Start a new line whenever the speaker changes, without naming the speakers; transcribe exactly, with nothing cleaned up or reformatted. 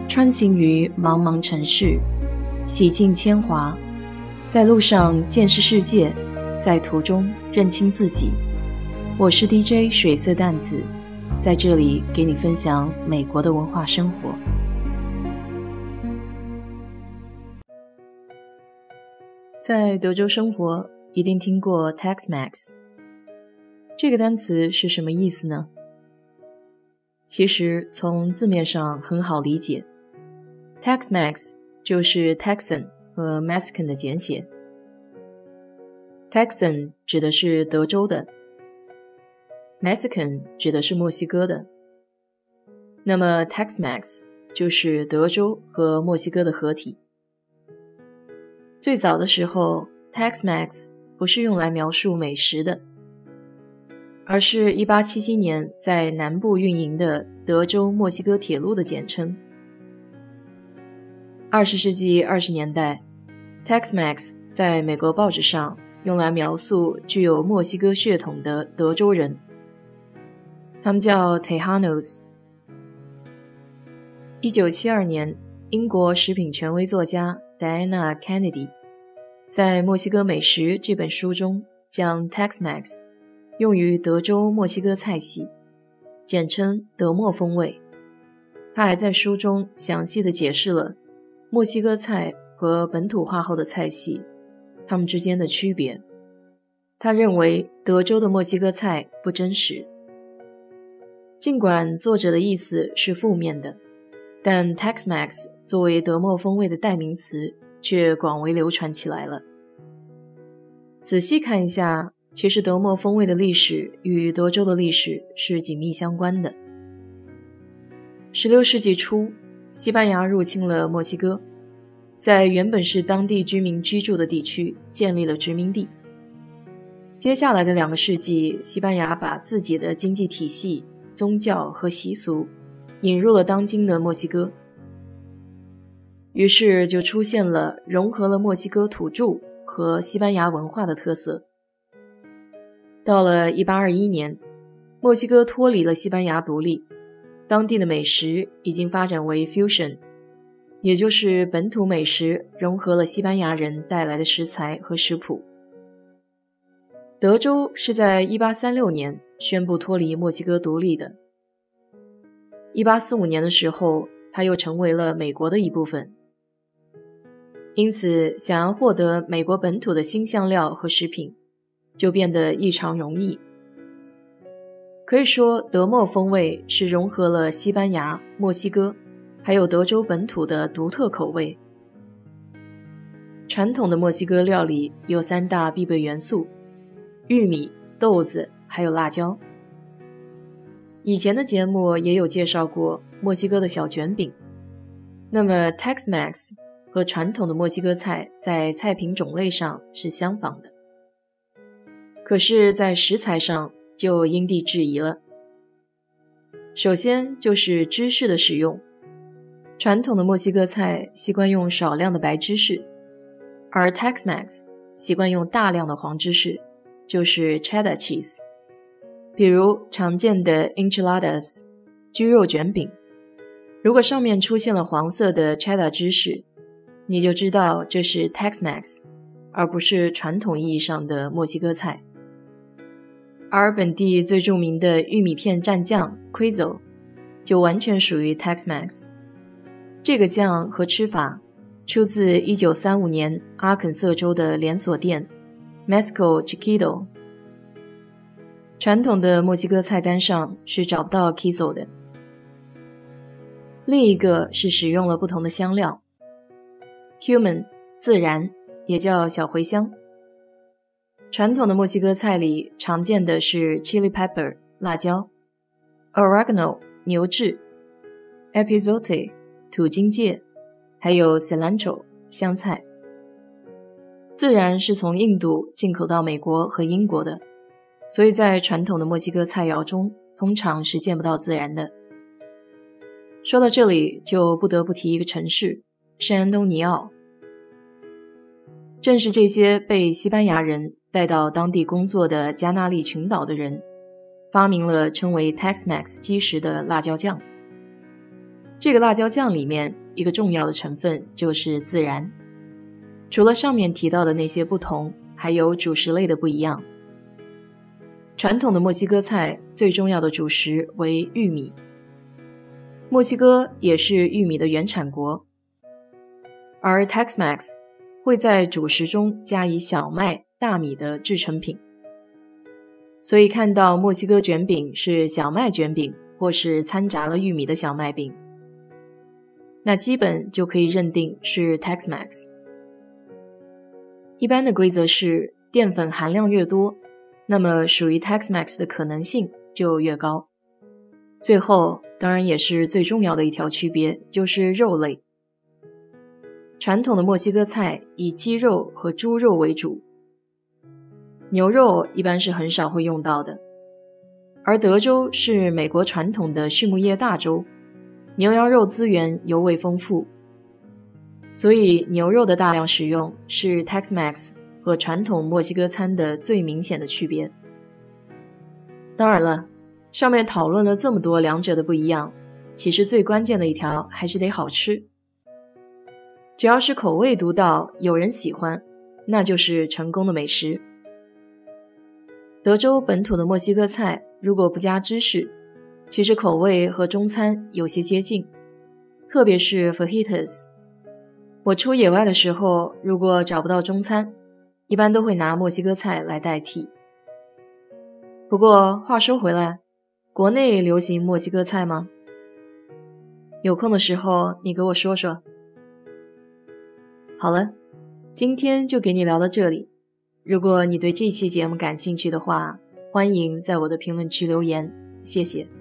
穿行于茫茫城市，洗尽铅华，在路上见识世界，在途中认清自己。我是 D J 水色淡子，在这里给你分享美国的文化生活。在德州生活，一定听过 Tex-Mex。这个单词是什么意思呢？其实从字面上很好理解， Tex-Mex 就是 Texan 和 Mexican 的简写。 Texan 指的是德州的， Mexican 指的是墨西哥的，那么 Tex-Mex 就是德州和墨西哥的合体。最早的时候 Tex-Mex 不是用来描述美食的，而是一八七七年在南部运营的德州墨西哥铁路的简称。二十世纪二十年代 Tex-Mex 在美国报纸上用来描述具有墨西哥血统的德州人，他们叫 Tejanos。 一九七二年，英国食品权威作家 Diana Kennedy 在《墨西哥美食》这本书中将 Tex-Mex 用于德州墨西哥菜系，简称德墨风味。他还在书中详细地解释了墨西哥菜和本土化后的菜系它们之间的区别。他认为德州的墨西哥菜不真实。尽管作者的意思是负面的，但 Tex-Mex 作为德墨风味的代名词却广为流传起来了。仔细看一下，其实德墨风味的历史与德州的历史是紧密相关的。十六世纪初，西班牙入侵了墨西哥，在原本是当地居民居住的地区建立了殖民地。接下来的两个世纪，西班牙把自己的经济体系、宗教和习俗引入了当今的墨西哥，于是就出现了融合了墨西哥土著和西班牙文化的特色。到了一八二一年，墨西哥脱离了西班牙独立，当地的美食已经发展为 fusion， 也就是本土美食融合了西班牙人带来的食材和食谱。德州是在一八三六年宣布脱离墨西哥独立的。一八四五年的时候，它又成为了美国的一部分。因此，想要获得美国本土的新香料和食品，就变得异常容易。可以说，德墨风味是融合了西班牙、墨西哥，还有德州本土的独特口味。传统的墨西哥料理有三大必备元素：玉米、豆子，还有辣椒。以前的节目也有介绍过墨西哥的小卷饼。那么 Tex-Mex 和传统的墨西哥菜在菜品种类上是相仿的，可是在食材上就因地制宜了。首先就是芝士的使用，传统的墨西哥菜习惯用少量的白芝士，而 Tex-Mex 习惯用大量的黄芝士，就是 cheddar cheese。 比如常见的 enchiladas 焗肉卷饼，如果上面出现了黄色的 cheddar 芝士，你就知道这是 Tex-Mex， 而不是传统意义上的墨西哥菜。而本地最著名的玉米片蘸酱 Queso 就完全属于 Tex-Mex。 这个酱和吃法出自一九三五年阿肯色州的连锁店 Mexico Chiquito。 传统的墨西哥菜单上是找不到 Queso 的。另一个是使用了不同的香料， Cumin 自然，也叫小茴香。传统的墨西哥菜里常见的是 chili pepper 辣椒， oregano 牛至， epazote 土荆芥，还有 cilantro 香菜。自然是从印度进口到美国和英国的，所以在传统的墨西哥菜肴中通常是见不到孜然的。说到这里就不得不提一个城市，圣安东尼奥。正是这些被西班牙人带到当地工作的加那利群岛的人，发明了称为 Tex-Mex 基石的辣椒酱。 这个辣椒酱里面一个重要的成分就是孜然。除了上面提到的那些不同，还有主食类的不一样。传统的墨西哥菜最重要的主食为玉米，墨西哥也是玉米的原产国，而 Tex-Mex 会在主食中加以小麦、大米的制成品。所以看到墨西哥卷饼是小麦卷饼，或是掺杂了玉米的小麦饼，那基本就可以认定是 Tex-Mex。 一般的规则是淀粉含量越多，那么属于 Tex-Mex 的可能性就越高。最后当然也是最重要的一条区别，就是肉类。传统的墨西哥菜以鸡肉和猪肉为主，牛肉一般是很少会用到的。而德州是美国传统的畜牧业大州，牛羊肉资源尤为丰富，所以牛肉的大量使用是 Tex-Mex 和传统墨西哥餐的最明显的区别。当然了，上面讨论了这么多两者的不一样，其实最关键的一条还是得好吃。只要是口味独到，有人喜欢，那就是成功的美食。德州本土的墨西哥菜如果不加芝士，其实口味和中餐有些接近，特别是 fajitas。 我出野外的时候，如果找不到中餐，一般都会拿墨西哥菜来代替。不过话说回来，国内流行墨西哥菜吗？有空的时候你给我说说。好了，今天就给你聊到这里。如果你对这期节目感兴趣的话，欢迎在我的评论区留言，谢谢。